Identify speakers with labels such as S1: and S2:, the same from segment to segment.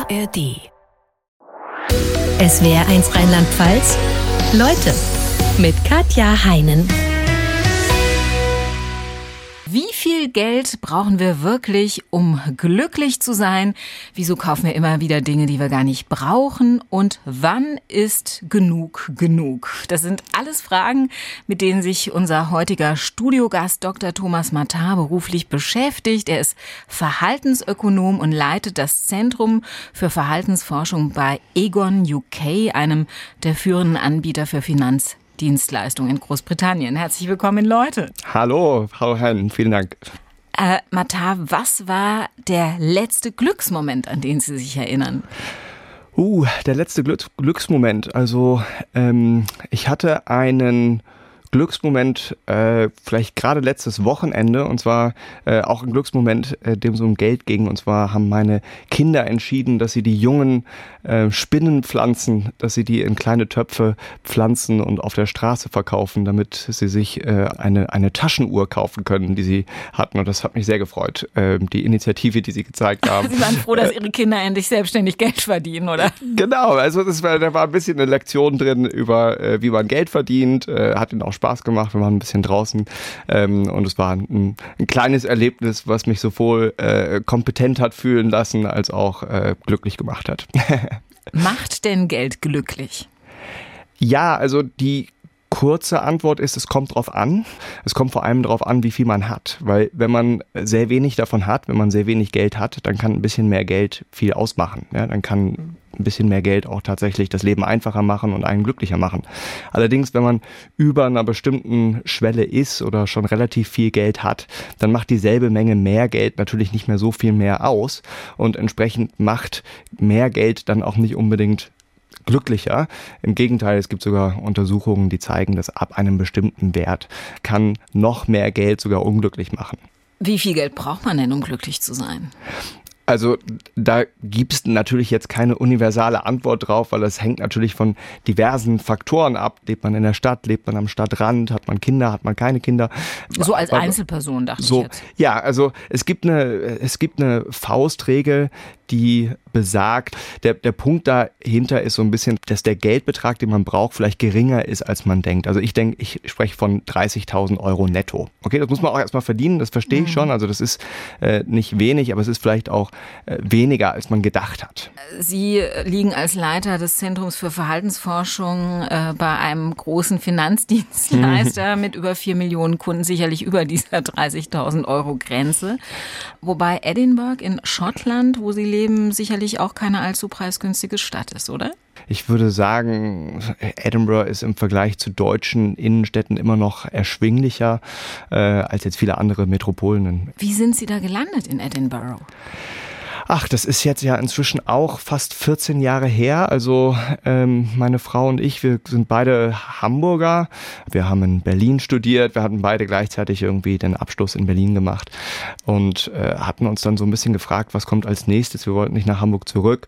S1: ARD. SWR1 Rheinland-Pfalz. Leute mit Katja Heinen. Wie viel Geld brauchen wir wirklich, um glücklich zu sein? Wieso kaufen wir immer wieder Dinge, die wir gar nicht brauchen? Und wann ist genug genug? Das sind alles Fragen, mit denen sich unser heutiger Studiogast Dr. Thomas Mattar beruflich beschäftigt. Er ist Verhaltensökonom und leitet das Zentrum für Verhaltensforschung bei Aegon UK, einem der führenden Anbieter für Finanzdienstleistungen in Großbritannien. Herzlich willkommen, Leute.
S2: Hallo, Frau Hein, vielen Dank.
S1: Mattar, was war der letzte Glücksmoment, an den Sie sich erinnern?
S2: Der letzte Glücksmoment. Also ich hatte einen Glücksmoment vielleicht gerade letztes Wochenende, und zwar auch ein Glücksmoment, dem es um Geld ging. Und zwar haben meine Kinder entschieden, dass sie die jungen Spinnenpflanzen, dass sie die in kleine Töpfe pflanzen und auf der Straße verkaufen, damit sie sich eine Taschenuhr kaufen können, die sie hatten. Und das hat mich sehr gefreut, die Initiative, die sie gezeigt haben.
S1: Sie waren froh, dass Ihre Kinder endlich selbstständig Geld verdienen, oder?
S2: Genau, also da war ein bisschen eine Lektion drin über, wie man Geld verdient, hat ihnen auch Spaß gemacht, wir waren ein bisschen draußen und es war ein kleines Erlebnis, was mich sowohl kompetent hat fühlen lassen, als auch glücklich gemacht hat.
S1: Macht denn Geld glücklich?
S2: Ja, also die kurze Antwort ist, es kommt drauf an. Es kommt vor allem darauf an, wie viel man hat. Weil wenn man sehr wenig davon hat, wenn man sehr wenig Geld hat, dann kann ein bisschen mehr Geld viel ausmachen. Ja, dann kann ein bisschen mehr Geld auch tatsächlich das Leben einfacher machen und einen glücklicher machen. Allerdings, wenn man über einer bestimmten Schwelle ist oder schon relativ viel Geld hat, dann macht dieselbe Menge mehr Geld natürlich nicht mehr so viel mehr aus. Und entsprechend macht mehr Geld dann auch nicht unbedingt glücklicher. Im Gegenteil, es gibt sogar Untersuchungen, die zeigen, dass ab einem bestimmten Wert kann noch mehr Geld sogar unglücklich machen.
S1: Wie viel Geld braucht man denn, um glücklich zu sein?
S2: Also da gibt es natürlich jetzt keine universale Antwort drauf, weil das hängt natürlich von diversen Faktoren ab. Lebt man in der Stadt, lebt man am Stadtrand, hat man Kinder, hat man keine Kinder?
S1: So als Einzelperson dachte ich jetzt.
S2: Ja, also es gibt eine Faustregel, die besagt, der Punkt dahinter ist so ein bisschen, dass der Geldbetrag, den man braucht, vielleicht geringer ist, als man denkt. Also ich spreche von 30.000 Euro netto. Okay, das muss man auch erstmal verdienen, das verstehe ich schon. Also das ist nicht wenig, aber es ist vielleicht auch weniger, als man gedacht hat.
S1: Sie liegen als Leiter des Zentrums für Verhaltensforschung bei einem großen Finanzdienstleister mit über 4 Millionen Kunden, sicherlich über dieser 30.000 Euro Grenze. Wobei Edinburgh in Schottland, wo Sie leben, sicherlich auch keine allzu preisgünstige Stadt ist, oder?
S2: Ich würde sagen, Edinburgh ist im Vergleich zu deutschen Innenstädten immer noch erschwinglicher als jetzt viele andere Metropolen.
S1: Wie sind Sie da gelandet in Edinburgh?
S2: Ach, das ist jetzt ja inzwischen auch fast 14 Jahre her. Also meine Frau und ich, wir sind beide Hamburger. Wir haben in Berlin studiert. Wir hatten beide gleichzeitig irgendwie den Abschluss in Berlin gemacht und hatten uns dann so ein bisschen gefragt, was kommt als nächstes. Wir wollten nicht nach Hamburg zurück.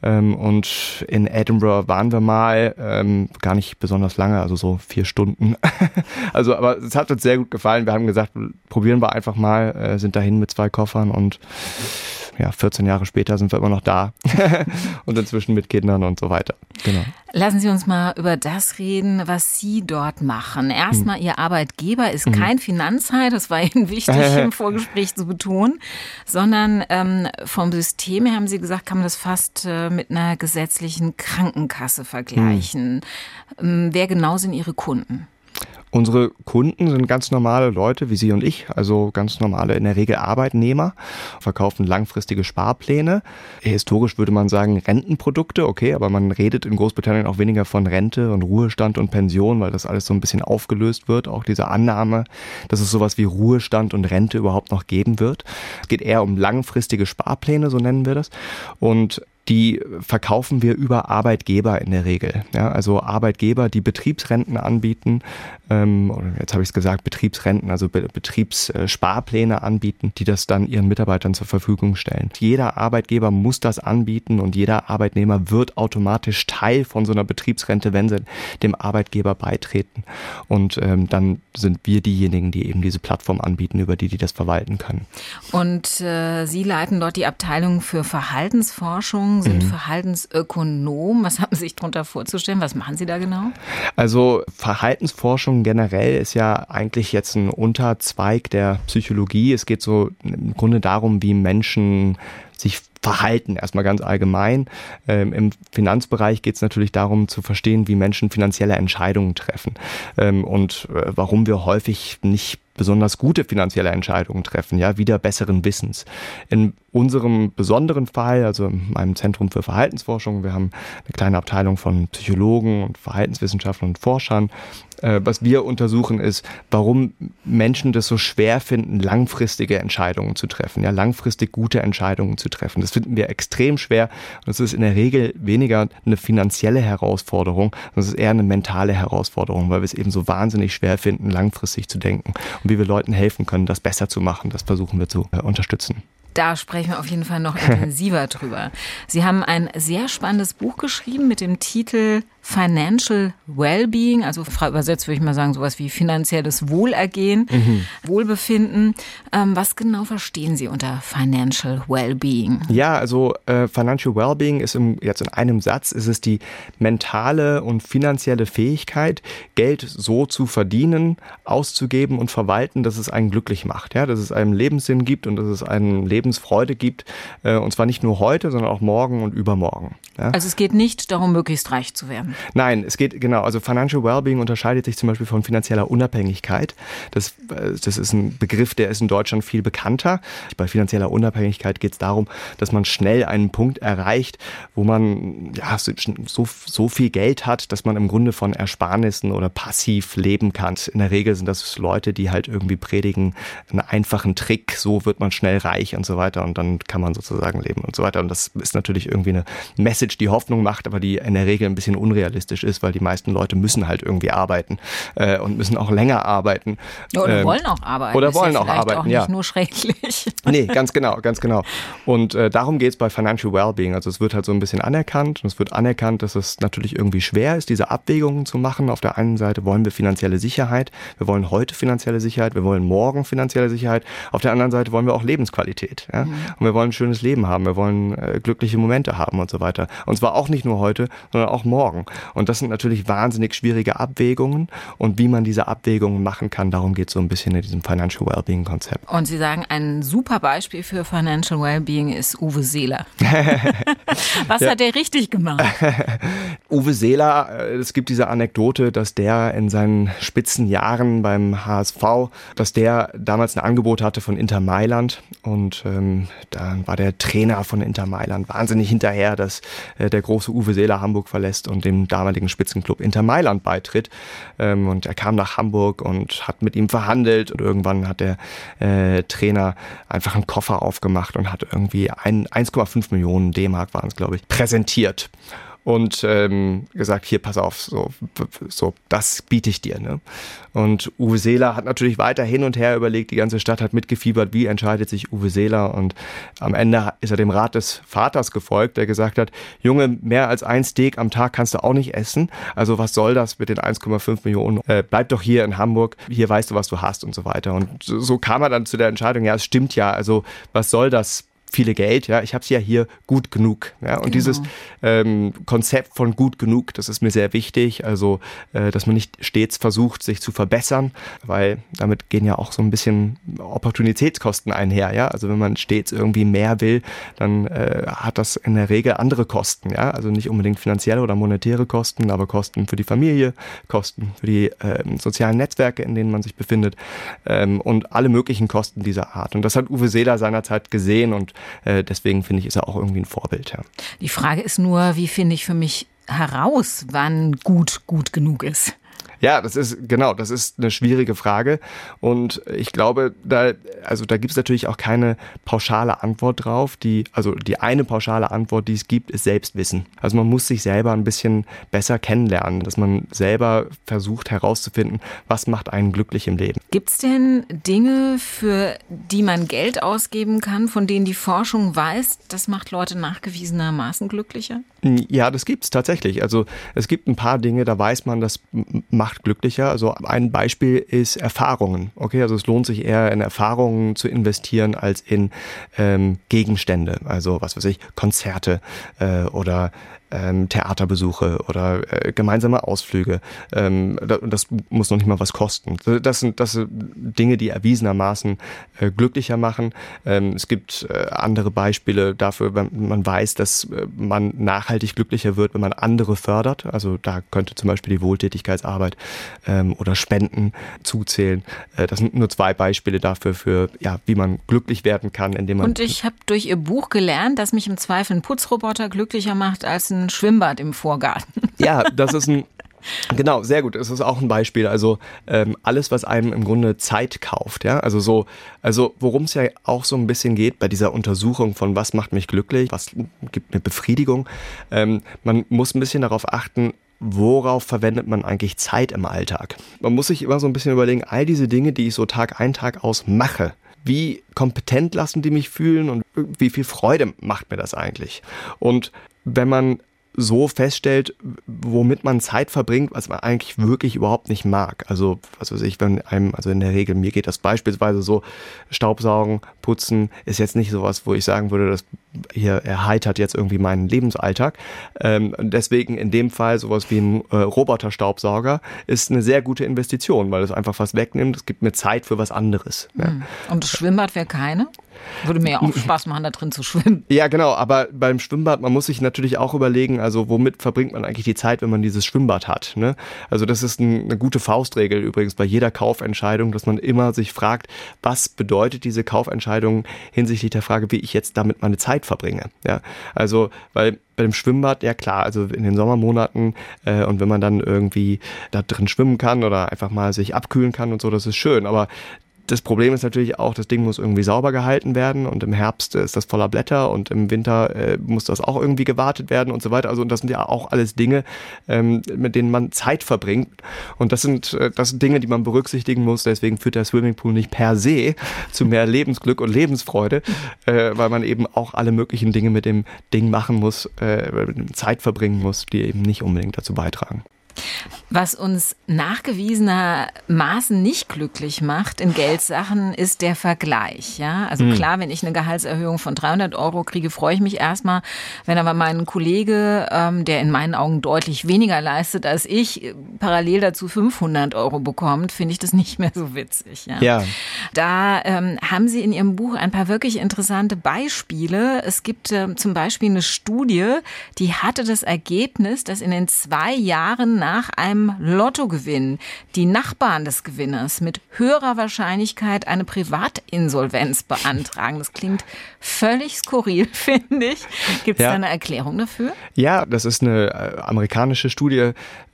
S2: Und in Edinburgh waren wir mal, gar nicht besonders lange, also so 4 Stunden. Also, aber es hat uns sehr gut gefallen. Wir haben gesagt, probieren wir einfach mal, sind dahin mit 2 Koffern und ja, 14 Jahre später sind wir immer noch da und inzwischen mit Kindern und so weiter. Genau.
S1: Lassen Sie uns mal über das reden, was Sie dort machen. Erstmal, Ihr Arbeitgeber ist kein Finanzhai, das war Ihnen wichtig im Vorgespräch zu betonen, sondern vom System her, haben Sie gesagt, kann man das fast mit einer gesetzlichen Krankenkasse vergleichen. Wer genau sind Ihre Kunden?
S2: Unsere Kunden sind ganz normale Leute wie Sie und ich, also ganz normale, in der Regel Arbeitnehmer, verkaufen langfristige Sparpläne. Historisch würde man sagen Rentenprodukte, okay, aber man redet in Großbritannien auch weniger von Rente und Ruhestand und Pension, weil das alles so ein bisschen aufgelöst wird, auch diese Annahme, dass es sowas wie Ruhestand und Rente überhaupt noch geben wird. Es geht eher um langfristige Sparpläne, so nennen wir das, und die verkaufen wir über Arbeitgeber in der Regel. Ja, also Arbeitgeber, die Betriebsrenten anbieten, oder jetzt habe ich es gesagt, Betriebsrenten, also Betriebssparpläne anbieten, die das dann ihren Mitarbeitern zur Verfügung stellen. Jeder Arbeitgeber muss das anbieten und jeder Arbeitnehmer wird automatisch Teil von so einer Betriebsrente, wenn sie dem Arbeitgeber beitreten. Und dann sind wir diejenigen, die eben diese Plattform anbieten, über die das verwalten können.
S1: Und Sie leiten dort die Abteilung für Verhaltensforschung. Forschung, sind Verhaltensökonom. Was haben Sie sich darunter vorzustellen? Was machen Sie da genau?
S2: Also Verhaltensforschung generell ist ja eigentlich jetzt ein Unterzweig der Psychologie. Es geht so im Grunde darum, wie Menschen sich verhalten, erstmal ganz allgemein. Im Finanzbereich geht es natürlich darum zu verstehen, wie Menschen finanzielle Entscheidungen treffen und warum wir häufig nicht besonders gute finanzielle Entscheidungen treffen, ja, wieder besseren Wissens. In unserem besonderen Fall, also in meinem Zentrum für Verhaltensforschung, wir haben eine kleine Abteilung von Psychologen und Verhaltenswissenschaftlern und Forschern. Was wir untersuchen ist, warum Menschen das so schwer finden, langfristige Entscheidungen zu treffen, ja, langfristig gute Entscheidungen zu treffen. Das finden wir extrem schwer und es ist in der Regel weniger eine finanzielle Herausforderung, sondern es ist eher eine mentale Herausforderung, weil wir es eben so wahnsinnig schwer finden, langfristig zu denken. Und wie wir Leuten helfen können, das besser zu machen, das versuchen wir zu unterstützen.
S1: Da sprechen wir auf jeden Fall noch intensiver drüber. Sie haben ein sehr spannendes Buch geschrieben mit dem Titel Financial Wellbeing, also frei übersetzt würde ich mal sagen, sowas wie finanzielles Wohlergehen, Wohlbefinden. Was genau verstehen Sie unter Financial Wellbeing?
S2: Ja, also Financial Wellbeing ist jetzt in einem Satz, ist es die mentale und finanzielle Fähigkeit, Geld so zu verdienen, auszugeben und verwalten, dass es einen glücklich macht, ja, dass es einem Lebenssinn gibt und dass es einem Lebensfreude gibt, und zwar nicht nur heute, sondern auch morgen und übermorgen. Ja?
S1: Also es geht nicht darum, möglichst reich zu werden.
S2: Nein, es geht, genau, also Financial Wellbeing unterscheidet sich zum Beispiel von finanzieller Unabhängigkeit. Das ist ein Begriff, der ist in Deutschland viel bekannter. Bei finanzieller Unabhängigkeit geht es darum, dass man schnell einen Punkt erreicht, wo man ja, so viel Geld hat, dass man im Grunde von Ersparnissen oder passiv leben kann. In der Regel sind das Leute, die halt irgendwie predigen, einen einfachen Trick, so wird man schnell reich und so weiter und dann kann man sozusagen leben und so weiter. Und das ist natürlich irgendwie eine Message, die Hoffnung macht, aber die in der Regel ein bisschen unrealistisch ist, weil die meisten Leute müssen halt irgendwie arbeiten und müssen auch länger arbeiten.
S1: Oder wollen auch arbeiten.
S2: Oder wollen auch arbeiten,
S1: auch nicht
S2: ja.
S1: Nur schrecklich.
S2: Nee, ganz genau. Und darum geht es bei Financial Wellbeing. Also es wird halt so ein bisschen anerkannt und es wird anerkannt, dass es natürlich irgendwie schwer ist, diese Abwägungen zu machen. Auf der einen Seite wollen wir finanzielle Sicherheit, wir wollen heute finanzielle Sicherheit, wir wollen morgen finanzielle Sicherheit. Auf der anderen Seite wollen wir auch Lebensqualität. Ja? Und wir wollen ein schönes Leben haben, wir wollen glückliche Momente haben und so weiter. Und zwar auch nicht nur heute, sondern auch morgen. Und das sind natürlich wahnsinnig schwierige Abwägungen und wie man diese Abwägungen machen kann, darum geht es so ein bisschen in diesem Financial Wellbeing-Konzept.
S1: Und Sie sagen, ein super Beispiel für Financial Wellbeing ist Uwe Seeler. Was hat er richtig gemacht?
S2: Uwe Seeler, es gibt diese Anekdote, dass der in seinen Spitzenjahren beim HSV, dass der damals ein Angebot hatte von Inter Mailand und dann war der Trainer von Inter Mailand wahnsinnig hinterher, dass der große Uwe Seeler Hamburg verlässt und dem damaligen Spitzenclub Inter Mailand beitritt. Und er kam nach Hamburg und hat mit ihm verhandelt und irgendwann hat der Trainer einfach einen Koffer aufgemacht und hat irgendwie 1,5 Millionen D-Mark waren es, glaube ich, präsentiert. Und gesagt, hier, pass auf, so das biete ich dir. Ne? Und Uwe Seeler hat natürlich weiter hin und her überlegt, die ganze Stadt hat mitgefiebert, wie entscheidet sich Uwe Seeler. Und am Ende ist er dem Rat des Vaters gefolgt, der gesagt hat, Junge, mehr als ein Steak am Tag kannst du auch nicht essen. Also was soll das mit den 1,5 Millionen? Bleib doch hier in Hamburg, hier weißt du, was du hast und so weiter. Und so kam er dann zu der Entscheidung, ja, es stimmt ja, also was soll das? Viele Geld, ja, ich habe es ja hier gut genug. Ja, und dieses Konzept von gut genug, das ist mir sehr wichtig, also dass man nicht stets versucht, sich zu verbessern, weil damit gehen ja auch so ein bisschen Opportunitätskosten einher, ja, also wenn man stets irgendwie mehr will, dann hat das in der Regel andere Kosten, ja, also nicht unbedingt finanzielle oder monetäre Kosten, aber Kosten für die Familie, Kosten für die sozialen Netzwerke, in denen man sich befindet und alle möglichen Kosten dieser Art. Und das hat Uwe Seeler seinerzeit gesehen und deswegen finde ich, ist er auch irgendwie ein Vorbild. Ja.
S1: Die Frage ist nur, wie finde ich für mich heraus, wann gut genug ist?
S2: Ja, das ist eine schwierige Frage und ich glaube, da gibt es natürlich auch keine pauschale Antwort drauf. Die eine pauschale Antwort, die es gibt, ist Selbstwissen. Also man muss sich selber ein bisschen besser kennenlernen, dass man selber versucht herauszufinden, was macht einen glücklich im Leben.
S1: Gibt es denn Dinge, für die man Geld ausgeben kann, von denen die Forschung weiß, das macht Leute nachgewiesenermaßen glücklicher?
S2: Ja, das gibt's tatsächlich. Also es gibt ein paar Dinge, da weiß man, das macht glücklicher. Also ein Beispiel ist Erfahrungen. Okay, also es lohnt sich eher in Erfahrungen zu investieren als in Gegenstände. Also was weiß ich, Konzerte oder Theaterbesuche oder gemeinsame Ausflüge. Das muss noch nicht mal was kosten. Das sind Dinge, die erwiesenermaßen glücklicher machen. Es gibt andere Beispiele dafür, wenn man weiß, dass man nachhaltig glücklicher wird, wenn man andere fördert. Also da könnte zum Beispiel die Wohltätigkeitsarbeit oder Spenden zuzählen. Das sind nur 2 Beispiele dafür, wie man glücklich werden kann, indem man...
S1: Und ich habe durch Ihr Buch gelernt, dass mich im Zweifel ein Putzroboter glücklicher macht als ein Schwimmbad im Vorgarten.
S2: Ja, das ist genau, sehr gut. Das ist auch ein Beispiel. Also alles, was einem im Grunde Zeit kauft, ja. Also worum es ja auch so ein bisschen geht bei dieser Untersuchung von was macht mich glücklich, was gibt mir Befriedigung. Man muss ein bisschen darauf achten, worauf verwendet man eigentlich Zeit im Alltag. Man muss sich immer so ein bisschen überlegen, all diese Dinge, die ich so Tag ein, Tag aus mache, wie kompetent lassen die mich fühlen und wie viel Freude macht mir das eigentlich? Und wenn man so feststellt, womit man Zeit verbringt, was man eigentlich wirklich überhaupt nicht mag. Also, was weiß ich, also in der Regel, mir geht das beispielsweise so, Staubsaugen, Putzen ist jetzt nicht sowas, wo ich sagen würde, das hier erheitert jetzt irgendwie meinen Lebensalltag. Deswegen in dem Fall sowas wie ein Roboterstaubsauger ist eine sehr gute Investition, weil es einfach was wegnimmt, es gibt mir Zeit für was anderes. Ja.
S1: Und das Schwimmbad wäre keine? Würde mir ja auch Spaß machen, da drin zu schwimmen.
S2: Ja, genau, aber beim Schwimmbad, man muss sich natürlich auch überlegen, also womit verbringt man eigentlich die Zeit, wenn man dieses Schwimmbad hat, ne? Also das ist eine gute Faustregel übrigens bei jeder Kaufentscheidung, dass man immer sich fragt, was bedeutet diese Kaufentscheidung hinsichtlich der Frage, wie ich jetzt damit meine Zeit verbringe, ja? Also, weil bei dem Schwimmbad, ja klar, also in den Sommermonaten und wenn man dann irgendwie da drin schwimmen kann oder einfach mal sich abkühlen kann und so, das ist schön, aber das Problem ist natürlich auch, das Ding muss irgendwie sauber gehalten werden und im Herbst ist das voller Blätter und im Winter muss das auch irgendwie gewartet werden und so weiter. Also und das sind ja auch alles Dinge, mit denen man Zeit verbringt und das sind Dinge, die man berücksichtigen muss. Deswegen führt der Swimmingpool nicht per se zu mehr Lebensglück und Lebensfreude, weil man eben auch alle möglichen Dinge mit dem Ding machen muss, Zeit verbringen muss, die eben nicht unbedingt dazu beitragen.
S1: Was uns nachgewiesenermaßen nicht glücklich macht in Geldsachen, ist der Vergleich. Ja? Also klar, wenn ich eine Gehaltserhöhung von 300 € kriege, freue ich mich erstmal. Wenn aber mein Kollege, der in meinen Augen deutlich weniger leistet als ich, parallel dazu 500 € bekommt, finde ich das nicht mehr so witzig. Ja?
S2: Ja.
S1: Da haben Sie in Ihrem Buch ein paar wirklich interessante Beispiele. Es gibt zum Beispiel eine Studie, die hatte das Ergebnis, dass in den 2 Jahren nach einem Lottogewinn die Nachbarn des Gewinners mit höherer Wahrscheinlichkeit eine Privatinsolvenz beantragen. Das klingt völlig skurril, finde ich. Gibt es da eine Erklärung dafür?
S2: Ja, das ist eine amerikanische Studie.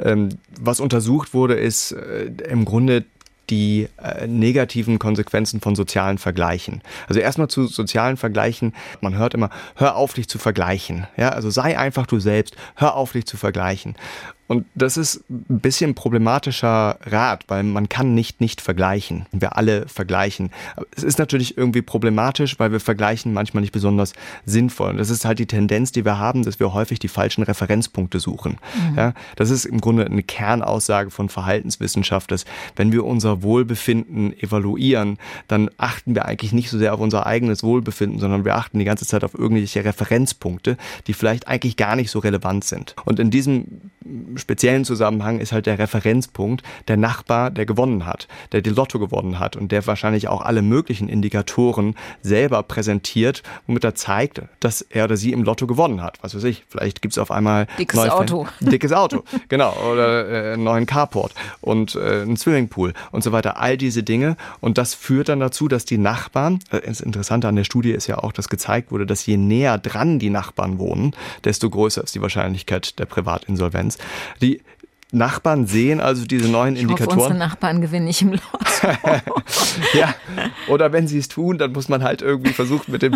S2: Was untersucht wurde, ist im Grunde die negativen Konsequenzen von sozialen Vergleichen. Also erstmal zu sozialen Vergleichen. Man hört immer, hör auf, dich zu vergleichen. Ja, also sei einfach du selbst, hör auf, dich zu vergleichen. Und das ist ein bisschen problematischer Rat, weil man kann nicht vergleichen. Wir alle vergleichen. Es ist natürlich irgendwie problematisch, weil wir vergleichen manchmal nicht besonders sinnvoll. Und das ist halt die Tendenz, die wir haben, dass wir häufig die falschen Referenzpunkte suchen. Ja, das ist im Grunde eine Kernaussage von Verhaltenswissenschaft, dass wenn wir unser Wohlbefinden evaluieren, dann achten wir eigentlich nicht so sehr auf unser eigenes Wohlbefinden, sondern wir achten die ganze Zeit auf irgendwelche Referenzpunkte, die vielleicht eigentlich gar nicht so relevant sind. Und in diesem speziellen Zusammenhang ist halt der Referenzpunkt der Nachbar, der gewonnen hat, der die Lotto gewonnen hat und der wahrscheinlich auch alle möglichen Indikatoren selber präsentiert, womit er zeigt, dass er oder sie im Lotto gewonnen hat. Was weiß ich, vielleicht gibt es auf einmal
S1: dickes Auto,
S2: genau, oder einen neuen Carport und einen Swimmingpool und so weiter, all diese Dinge. Und das führt dann dazu, dass die Nachbarn, das Interessante an der Studie ist ja auch, dass gezeigt wurde, dass je näher dran die Nachbarn wohnen, desto größer ist die Wahrscheinlichkeit der Privatinsolvenz. Die Nachbarn sehen also diese neuen Indikatoren.
S1: Ich hoffe, unsere Nachbarn gewinnen nicht im Lotto.
S2: Ja, oder wenn sie es tun, dann muss man halt irgendwie versuchen, mit den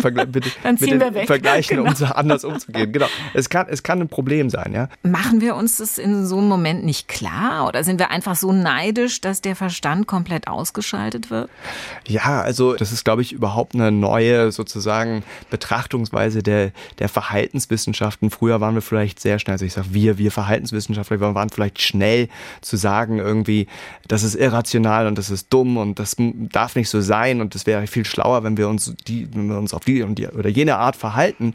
S2: Vergleichen anders umzugehen. Genau, es kann ein Problem sein. Ja.
S1: Machen wir uns das in so einem Moment nicht klar oder sind wir einfach so neidisch, dass der Verstand komplett ausgeschaltet wird?
S2: Ja, also das ist, glaube ich, überhaupt eine neue sozusagen Betrachtungsweise der Verhaltenswissenschaften. Früher waren wir vielleicht sehr schnell, also ich sage wir Verhaltenswissenschaftler, wir waren vielleicht schnell zu sagen irgendwie, das ist irrational und das ist dumm und das darf nicht so sein und es wäre viel schlauer, wenn wir uns auf die oder jene Art verhalten.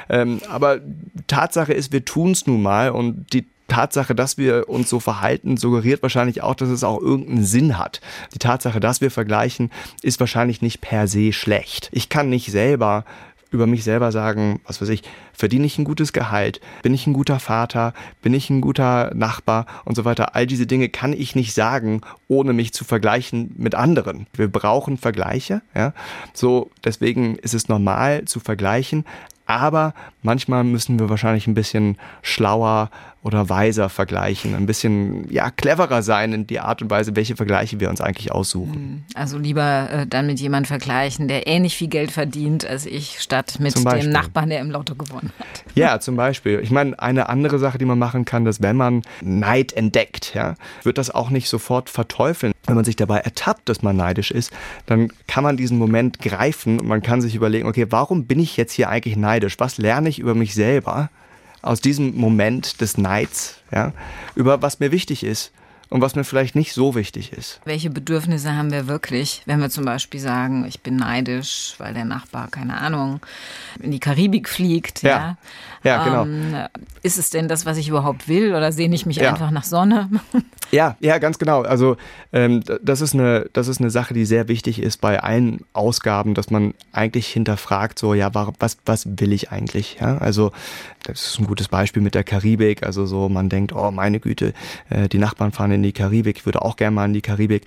S2: Aber Tatsache ist, wir tun es nun mal und die Tatsache, dass wir uns so verhalten, suggeriert wahrscheinlich auch, dass es auch irgendeinen Sinn hat. Die Tatsache, dass wir vergleichen, ist wahrscheinlich nicht per se schlecht. Ich kann nicht selber über mich selber sagen, was weiß ich, verdiene ich ein gutes Gehalt, bin ich ein guter Vater, bin ich ein guter Nachbar und so weiter. All diese Dinge kann ich nicht sagen, ohne mich zu vergleichen mit anderen. Wir brauchen Vergleiche, ja. So, deswegen ist es normal zu vergleichen, aber manchmal müssen wir wahrscheinlich ein bisschen schlauer oder weiser vergleichen, ein bisschen cleverer sein in die Art und Weise, welche Vergleiche wir uns eigentlich aussuchen.
S1: Also lieber dann mit jemandem vergleichen, der ähnlich viel Geld verdient als ich, statt mit dem Nachbarn, der im Lotto gewonnen hat.
S2: Ja, zum Beispiel. Ich meine, eine andere Sache, die man machen kann, dass wenn man Neid entdeckt, ja, wird das auch nicht sofort verteufeln. Wenn man sich dabei ertappt, dass man neidisch ist, dann kann man diesen Moment greifen und man kann sich überlegen, okay, warum bin ich jetzt hier eigentlich neidisch? Was lerne ich über mich selber aus diesem Moment des Neids, ja, über was mir wichtig ist und was mir vielleicht nicht so wichtig ist.
S1: Welche Bedürfnisse haben wir wirklich, wenn wir zum Beispiel sagen, ich bin neidisch, weil der Nachbar, keine Ahnung, in die Karibik fliegt. Ja,
S2: genau.
S1: Ist es denn das, was ich überhaupt will oder sehne ich mich einfach nach Sonne?
S2: Ja, ganz genau. Also das ist eine Sache, die sehr wichtig ist bei allen Ausgaben, dass man eigentlich hinterfragt, so was will ich eigentlich? Ja, also das ist ein gutes Beispiel mit der Karibik. Also so man denkt, oh meine Güte, die Nachbarn fahren in die Karibik, ich würde auch gerne mal in die Karibik.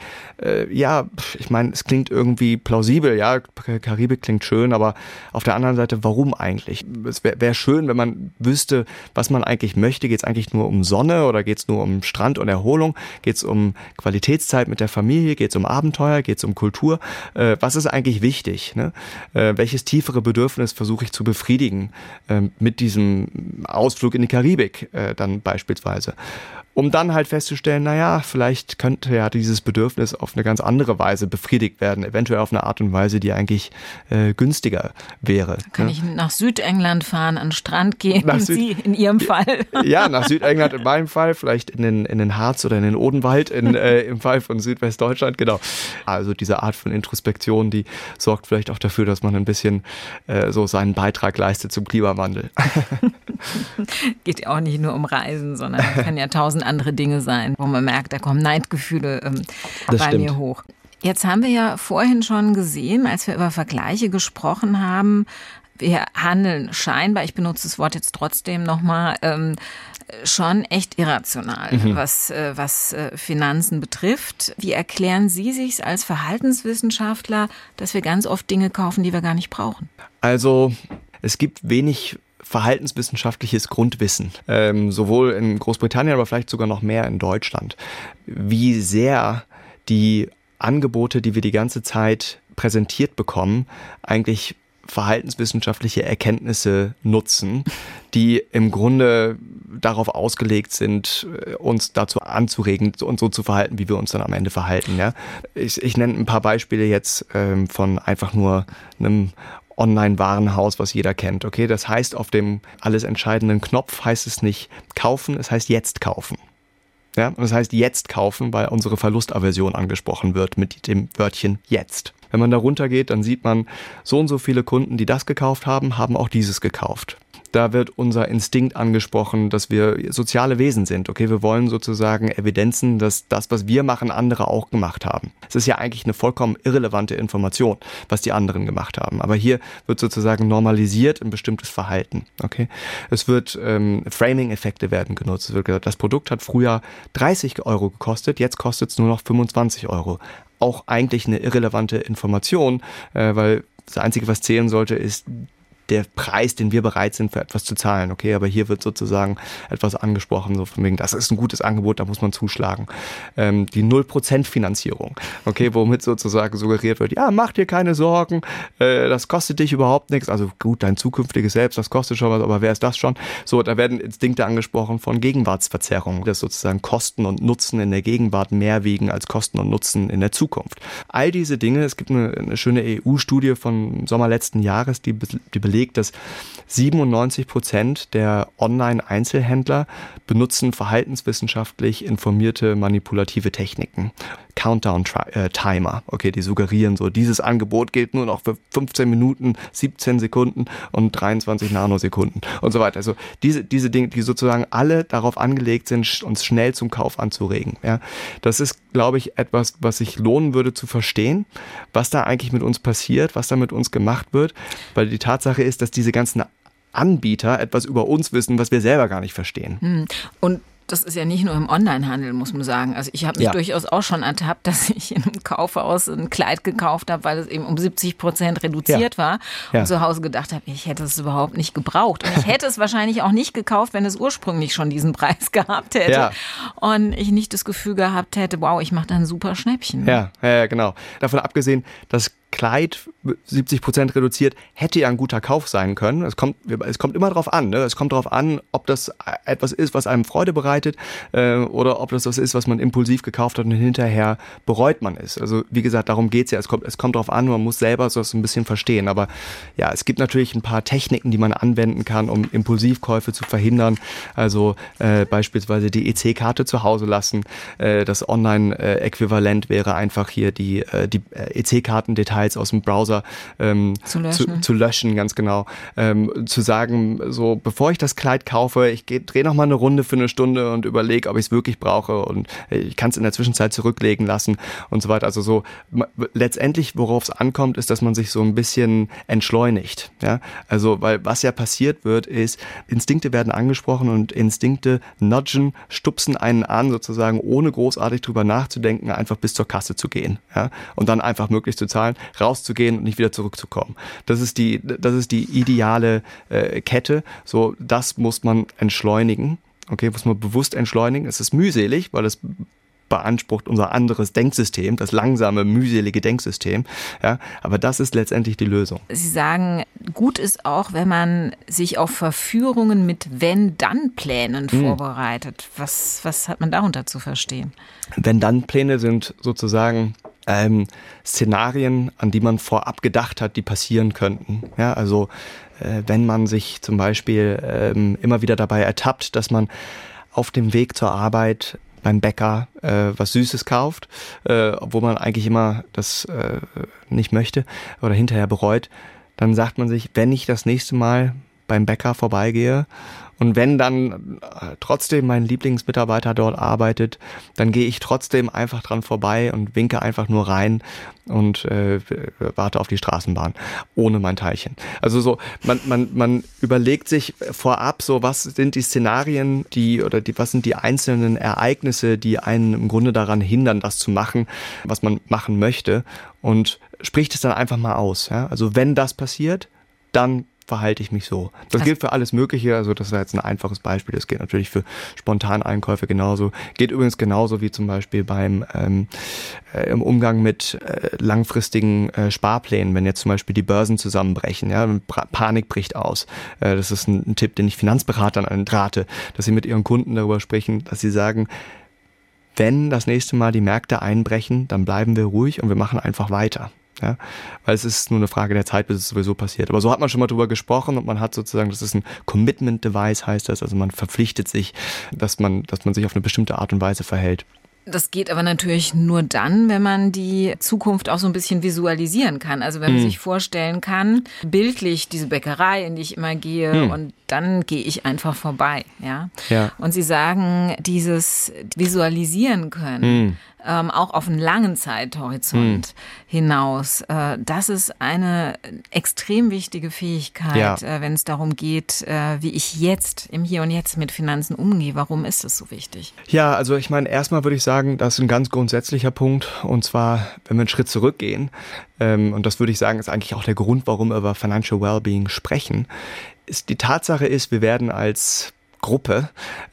S2: Ich meine, es klingt irgendwie plausibel, ja, Karibik klingt schön, aber auf der anderen Seite, warum eigentlich? Es wäre schön, wenn man wüsste, was man eigentlich möchte. Geht es eigentlich nur um Sonne oder geht es nur um Strand und Erholung? Geht es um Qualitätszeit mit der Familie? Geht es um Abenteuer? Geht es um Kultur? Was ist eigentlich wichtig? Ne? Welches tiefere Bedürfnis versuche ich zu befriedigen mit diesem Ausflug in die Karibik dann beispielsweise? Um dann halt festzustellen, vielleicht könnte ja dieses Bedürfnis auf eine ganz andere Weise befriedigt werden, eventuell auf eine Art und Weise, die eigentlich günstiger wäre.
S1: Da kann ich nach Südengland fahren, an den Strand gehen, Sie in Ihrem Fall.
S2: Ja, nach Südengland in meinem Fall, vielleicht in den Harz oder in den Odenwald im Fall von Südwestdeutschland, genau. Also diese Art von Introspektion, die sorgt vielleicht auch dafür, dass man ein bisschen so seinen Beitrag leistet zum Klimawandel.
S1: Geht ja auch nicht nur um Reisen, sondern es kann ja 1000 andere Dinge sein, wo man merkt, da kommen Neidgefühle bei mir hoch. Jetzt haben wir ja vorhin schon gesehen, als wir über Vergleiche gesprochen haben, wir handeln scheinbar, ich benutze das Wort jetzt trotzdem nochmal, schon echt irrational, was Finanzen betrifft. Wie erklären Sie sich als Verhaltenswissenschaftler, dass wir ganz oft Dinge kaufen, die wir gar nicht brauchen?
S2: Also es gibt wenig verhaltenswissenschaftliches Grundwissen, sowohl in Großbritannien, aber vielleicht sogar noch mehr in Deutschland, wie sehr die Angebote, die wir die ganze Zeit präsentiert bekommen, eigentlich verhaltenswissenschaftliche Erkenntnisse nutzen, die im Grunde darauf ausgelegt sind, uns dazu anzuregen und so zu verhalten, wie wir uns dann am Ende verhalten. Ja? Ich nenne ein paar Beispiele jetzt von einfach nur einem Online-Warenhaus, was jeder kennt. Okay, das heißt, auf dem alles entscheidenden Knopf heißt es nicht kaufen, es heißt jetzt kaufen. Ja, und das heißt jetzt kaufen, weil unsere Verlustaversion angesprochen wird mit dem Wörtchen jetzt. Wenn man da runtergeht, dann sieht man, so und so viele Kunden, die das gekauft haben, haben auch dieses gekauft. Da wird unser Instinkt angesprochen, dass wir soziale Wesen sind. Okay, wir wollen sozusagen Evidenzen, dass das, was wir machen, andere auch gemacht haben. Es ist ja eigentlich eine vollkommen irrelevante Information, was die anderen gemacht haben. Aber hier wird sozusagen normalisiert ein bestimmtes Verhalten. Okay, es wird Framing-Effekte werden genutzt. Es wird gesagt, das Produkt hat früher 30 € gekostet, jetzt kostet es nur noch 25 €. Auch eigentlich eine irrelevante Information, weil das Einzige, was zählen sollte, ist der Preis, den wir bereit sind, für etwas zu zahlen. Okay, aber hier wird sozusagen etwas angesprochen, so von wegen, das ist ein gutes Angebot, da muss man zuschlagen. Die 0% Finanzierung, okay, womit sozusagen suggeriert wird, ja, mach dir keine Sorgen, das kostet dich überhaupt nichts. Also gut, dein zukünftiges Selbst, das kostet schon was, aber wer ist das schon? So, da werden Instinkte angesprochen von Gegenwartsverzerrung, dass sozusagen Kosten und Nutzen in der Gegenwart mehr wiegen als Kosten und Nutzen in der Zukunft. All diese Dinge, es gibt eine schöne EU-Studie von Sommer letzten Jahres, die belegt, dass 97% der Online-Einzelhändler benutzen verhaltenswissenschaftlich informierte manipulative Techniken. Countdown-Timer, okay, die suggerieren so, dieses Angebot gilt nur noch für 15 Minuten, 17 Sekunden und 23 Nanosekunden und so weiter. Also diese Dinge, die sozusagen alle darauf angelegt sind, uns schnell zum Kauf anzuregen. Ja, das ist, glaube ich, etwas, was sich lohnen würde zu verstehen, was da eigentlich mit uns passiert, was da mit uns gemacht wird, weil die Tatsache ist, dass diese ganzen Anbieter etwas über uns wissen, was wir selber gar nicht verstehen.
S1: Und das ist ja nicht nur im Onlinehandel, muss man sagen. Also ich habe mich durchaus auch schon ertappt, dass ich in einem Kaufhaus ein Kleid gekauft habe, weil es eben um 70% reduziert war und zu Hause gedacht habe, ich hätte es überhaupt nicht gebraucht. Und ich hätte es wahrscheinlich auch nicht gekauft, wenn es ursprünglich schon diesen Preis gehabt hätte und ich nicht das Gefühl gehabt hätte, wow, ich mache da ein super Schnäppchen.
S2: Ja, genau. Davon abgesehen, dass Kleid 70% reduziert, hätte ja ein guter Kauf sein können. Es kommt immer darauf an. Ne? Es kommt darauf an, ob das etwas ist, was einem Freude bereitet oder ob das was ist, was man impulsiv gekauft hat und hinterher bereut man es. Also wie gesagt, darum geht's ja. Es kommt darauf an, man muss selber so ein bisschen verstehen. Aber ja, es gibt natürlich ein paar Techniken, die man anwenden kann, um Impulsivkäufe zu verhindern. Also beispielsweise die EC-Karte zu Hause lassen. Das Online-Äquivalent wäre einfach hier die EC-Karten-Details aus dem Browser zu löschen, ganz genau. Zu sagen, so bevor ich das Kleid kaufe, ich drehe noch mal eine Runde für eine Stunde und überlege, ob ich es wirklich brauche und ich kann es in der Zwischenzeit zurücklegen lassen und so weiter. Also so letztendlich, worauf es ankommt, ist, dass man sich so ein bisschen entschleunigt. Ja? Also, weil was ja passiert wird, ist, Instinkte werden angesprochen und Instinkte nudgen, stupsen einen an, sozusagen, ohne großartig drüber nachzudenken, einfach bis zur Kasse zu gehen. Ja? Und dann einfach möglichst zu zahlen, rauszugehen und nicht wieder zurückzukommen. Das ist die ideale Kette. So, das muss man entschleunigen. Okay, muss man bewusst entschleunigen. Es ist mühselig, weil es beansprucht unser anderes Denksystem, das langsame, mühselige Denksystem. Ja, aber das ist letztendlich die Lösung.
S1: Sie sagen, gut ist auch, wenn man sich auf Verführungen mit Wenn-Dann-Plänen vorbereitet. Was hat man darunter zu verstehen?
S2: Wenn-Dann-Pläne sind sozusagen Szenarien, an die man vorab gedacht hat, die passieren könnten. Ja, also wenn man sich zum Beispiel immer wieder dabei ertappt, dass man auf dem Weg zur Arbeit beim Bäcker was Süßes kauft, obwohl man eigentlich immer das nicht möchte oder hinterher bereut, dann sagt man sich, wenn ich das nächste Mal beim Bäcker vorbeigehe und wenn dann trotzdem mein Lieblingsmitarbeiter dort arbeitet, dann gehe ich trotzdem einfach dran vorbei und winke einfach nur rein und warte auf die Straßenbahn ohne mein Teilchen. Also so, man überlegt sich vorab so, was sind die Szenarien, was sind die einzelnen Ereignisse, die einen im Grunde daran hindern, das zu machen, was man machen möchte und spricht es dann einfach mal aus. Ja? Also wenn das passiert, dann verhalte ich mich so. Das gilt für alles Mögliche, also das ist jetzt ein einfaches Beispiel, das geht natürlich für Spontaneinkäufe genauso. Geht übrigens genauso wie zum Beispiel im Umgang mit langfristigen Sparplänen, wenn jetzt zum Beispiel die Börsen zusammenbrechen, ja, Panik bricht aus. Das ist ein Tipp, den ich Finanzberatern anrate, dass sie mit ihren Kunden darüber sprechen, dass sie sagen, wenn das nächste Mal die Märkte einbrechen, dann bleiben wir ruhig und wir machen einfach weiter. Ja, weil es ist nur eine Frage der Zeit, bis es sowieso passiert. Aber so hat man schon mal drüber gesprochen und man hat sozusagen, das ist ein Commitment-Device, heißt das, also man verpflichtet sich, dass man sich auf eine bestimmte Art und Weise verhält.
S1: Das geht aber natürlich nur dann, wenn man die Zukunft auch so ein bisschen visualisieren kann. Also wenn man sich vorstellen kann, bildlich diese Bäckerei, in die ich immer gehe und dann gehe ich einfach vorbei. Ja? Und Sie sagen, dieses Visualisieren können, auch auf einen langen Zeithorizont hinaus. Das ist eine extrem wichtige Fähigkeit, wenn es darum geht, wie ich jetzt im Hier und Jetzt mit Finanzen umgehe. Warum ist das so wichtig?
S2: Ja, also ich meine, erstmal würde ich sagen, das ist ein ganz grundsätzlicher Punkt. Und zwar, wenn wir einen Schritt zurückgehen, und das würde ich sagen, ist eigentlich auch der Grund, warum wir über Financial Wellbeing sprechen, die Tatsache ist, wir werden als Gruppe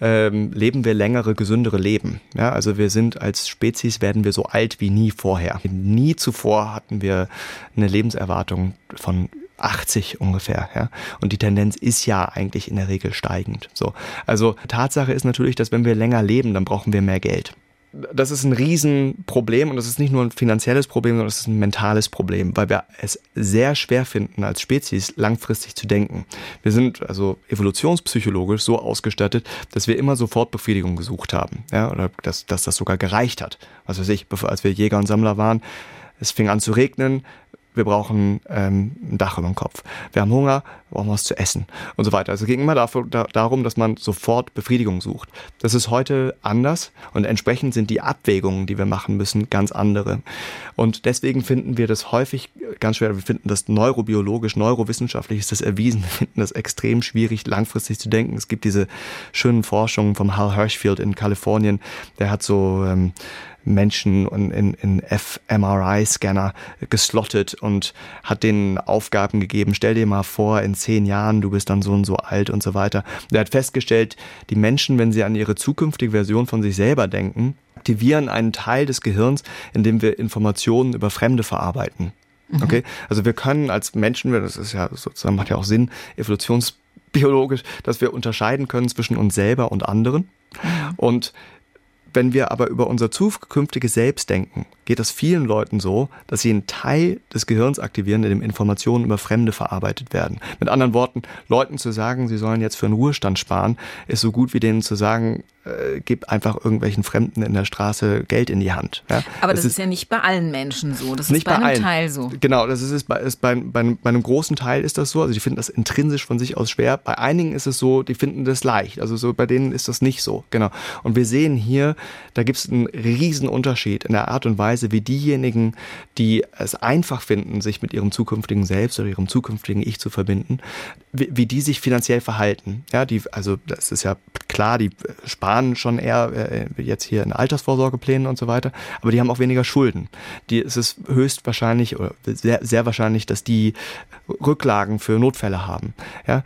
S2: leben wir längere, gesündere Leben. Ja, also wir sind als Spezies, werden wir so alt wie nie vorher. Nie zuvor hatten wir eine Lebenserwartung von 80 ungefähr. Ja? Und die Tendenz ist ja eigentlich in der Regel steigend. So. Also Tatsache ist natürlich, dass wenn wir länger leben, dann brauchen wir mehr Geld. Das ist ein Riesenproblem und das ist nicht nur ein finanzielles Problem, sondern das ist ein mentales Problem, weil wir es sehr schwer finden, als Spezies langfristig zu denken. Wir sind also evolutionspsychologisch so ausgestattet, dass wir immer sofort Befriedigung gesucht haben, ja, oder dass das sogar gereicht hat. Was weiß ich, als wir Jäger und Sammler waren, es fing an zu regnen, wir brauchen ein Dach über dem Kopf. Wir haben Hunger, brauchen was zu essen und so weiter. Also es ging immer darum, dass man sofort Befriedigung sucht. Das ist heute anders und entsprechend sind die Abwägungen, die wir machen müssen, ganz andere. Und deswegen finden wir das häufig ganz schwer. Wir finden das neurobiologisch, neurowissenschaftlich ist das erwiesen. Wir finden das extrem schwierig, langfristig zu denken. Es gibt diese schönen Forschungen vom Hal Hershfield in Kalifornien. Der hat so Menschen in fMRI-Scanner geslottet und hat denen Aufgaben gegeben. Stell dir mal vor, in 10 Jahren, du bist dann so und so alt und so weiter. Der hat festgestellt, die Menschen, wenn sie an ihre zukünftige Version von sich selber denken, aktivieren einen Teil des Gehirns, in dem wir Informationen über Fremde verarbeiten. Okay? Also wir können als Menschen, das ist ja sozusagen, macht ja auch Sinn, evolutionsbiologisch, dass wir unterscheiden können zwischen uns selber und anderen. Und wenn wir aber über unser zukünftiges Selbst denken, geht es vielen Leuten so, dass sie einen Teil des Gehirns aktivieren, in dem Informationen über Fremde verarbeitet werden. Mit anderen Worten, Leuten zu sagen, sie sollen jetzt für einen Ruhestand sparen, ist so gut wie denen zu sagen, gib einfach irgendwelchen Fremden in der Straße Geld in die Hand. Ja?
S1: Aber das ist ja nicht bei allen Menschen so, das ist bei einem Teil so.
S2: Genau, das ist bei einem großen Teil ist das so, also die finden das intrinsisch von sich aus schwer. Bei einigen ist es so, die finden das leicht, also so bei denen ist das nicht so. Genau. Und wir sehen hier, da gibt es einen riesen Unterschied in der Art und Weise, wie diejenigen, die es einfach finden, sich mit ihrem zukünftigen Selbst oder ihrem zukünftigen Ich zu verbinden, wie die sich finanziell verhalten. Ja, also das ist ja klar, die sparen schon eher jetzt hier in Altersvorsorgeplänen und so weiter, aber die haben auch weniger Schulden. Es ist höchstwahrscheinlich oder sehr, sehr wahrscheinlich, dass die Rücklagen für Notfälle haben. Ja,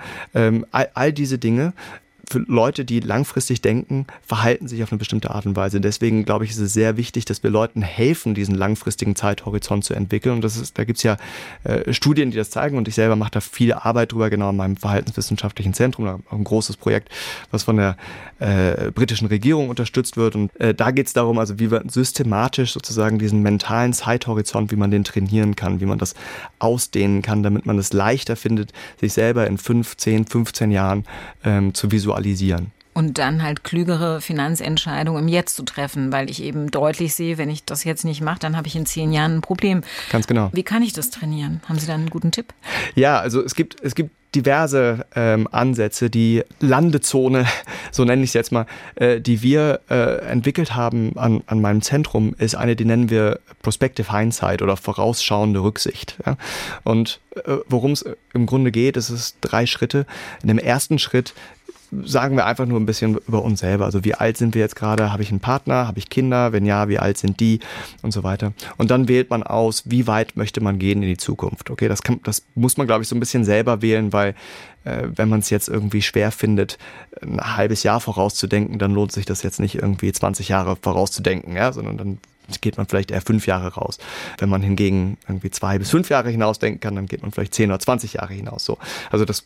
S2: all diese Dinge für Leute, die langfristig denken, verhalten sich auf eine bestimmte Art und Weise. Deswegen, glaube ich, ist es sehr wichtig, dass wir Leuten helfen, diesen langfristigen Zeithorizont zu entwickeln. Und da gibt es ja Studien, die das zeigen. Und ich selber mache da viel Arbeit drüber, genau in meinem Verhaltenswissenschaftlichen Zentrum. Da auch ein großes Projekt, was von der britischen Regierung unterstützt wird. Und da geht es darum, also wie wir systematisch sozusagen diesen mentalen Zeithorizont, wie man den trainieren kann, wie man das ausdehnen kann, damit man es leichter findet, sich selber in 5, 10, 15 Jahren zu visualisieren.
S1: Und dann halt klügere Finanzentscheidungen im Jetzt zu treffen, weil ich eben deutlich sehe, wenn ich das jetzt nicht mache, dann habe ich in 10 Jahren ein Problem.
S2: Ganz genau.
S1: Wie kann ich das trainieren? Haben Sie da einen guten Tipp?
S2: Ja, also es gibt diverse Ansätze. Die Landezone, so nenne ich es jetzt mal, die wir entwickelt haben an meinem Zentrum, ist eine, die nennen wir Prospective Hindsight oder vorausschauende Rücksicht. Ja? Und worum es im Grunde geht, ist es 3 Schritte. In dem ersten Schritt sagen wir einfach nur ein bisschen über uns selber. Also wie alt sind wir jetzt gerade? Habe ich einen Partner? Habe ich Kinder? Wenn ja, wie alt sind die? Und so weiter. Und dann wählt man aus, wie weit möchte man gehen in die Zukunft. Okay, das muss man, glaube ich, so ein bisschen selber wählen, weil wenn man es jetzt irgendwie schwer findet, ein halbes Jahr vorauszudenken, dann lohnt sich das jetzt nicht irgendwie 20 Jahre vorauszudenken, ja, sondern dann geht man vielleicht eher 5 Jahre raus. Wenn man hingegen irgendwie 2 bis 5 Jahre hinausdenken kann, dann geht man vielleicht 10 oder 20 Jahre hinaus. So. Also das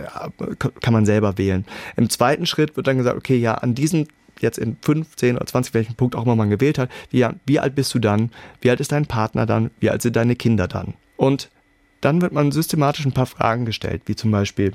S2: kann man selber wählen. Im zweiten Schritt wird dann gesagt, okay, ja, an diesem jetzt in 5, 10 oder 20, welchen Punkt auch immer man gewählt hat, wie alt bist du dann? Wie alt ist dein Partner dann? Wie alt sind deine Kinder dann? Und dann wird man systematisch ein paar Fragen gestellt, wie zum Beispiel,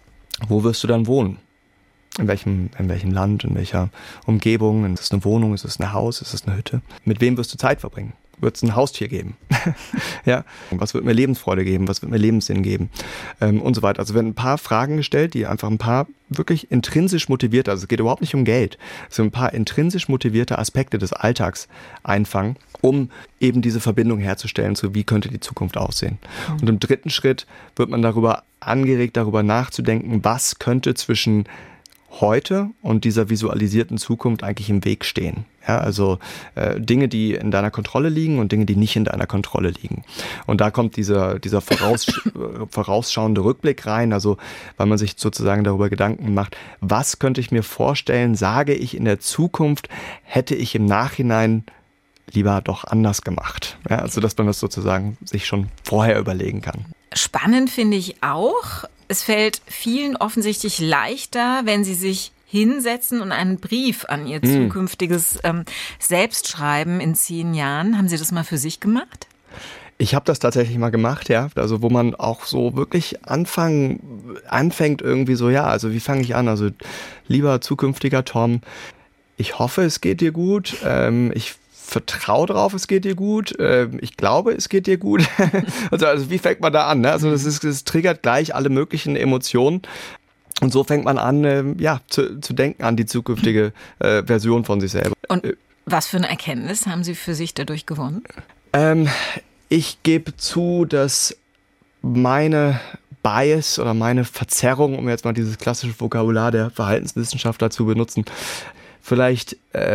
S2: wo wirst du dann wohnen? In welchem Land, in welcher Umgebung? Ist es eine Wohnung, ist es ein Haus, ist es eine Hütte? Mit wem wirst du Zeit verbringen? wird es ein Haustier geben? Ja, was wird mir Lebensfreude geben? Was wird mir Lebenssinn geben? Und so weiter. Also werden ein paar Fragen gestellt, die einfach ein paar wirklich intrinsisch motivierte, also es geht überhaupt nicht um Geld, es sind ein paar intrinsisch motivierte Aspekte des Alltags einfangen, um eben diese Verbindung herzustellen zu, wie könnte die Zukunft aussehen. Und im dritten Schritt wird man darüber angeregt, darüber nachzudenken, was könnte zwischen heute und dieser visualisierten Zukunft eigentlich im Weg stehen. Ja, also Dinge, die in deiner Kontrolle liegen und Dinge, die nicht in deiner Kontrolle liegen. Und da kommt dieser vorausschauende Rückblick rein, also weil man sich sozusagen darüber Gedanken macht, was könnte ich mir vorstellen, sage ich in der Zukunft, hätte ich im Nachhinein lieber doch anders gemacht. Ja, also dass man das sozusagen sich schon vorher überlegen kann.
S1: Spannend finde ich auch, es fällt vielen offensichtlich leichter, wenn sie sich hinsetzen und einen Brief an ihr zukünftiges Selbst schreiben in 10 Jahren. Haben Sie das mal für sich gemacht?
S2: Ich habe das tatsächlich mal gemacht, ja. Also wo man auch so wirklich anfängt irgendwie so, ja, also wie fange ich an? Also lieber zukünftiger Tom, ich hoffe, es geht dir gut. Ich vertraue drauf, es geht dir gut. Ich glaube, es geht dir gut. Also wie fängt man da an? Ne? Also das triggert gleich alle möglichen Emotionen. Und so fängt man an, zu denken an die zukünftige Version von sich selber.
S1: Und was für eine Erkenntnis haben Sie für sich dadurch gewonnen?
S2: Ich gebe zu, dass meine Bias oder meine Verzerrung, um jetzt mal dieses klassische Vokabular der Verhaltenswissenschaftler zu benutzen, vielleicht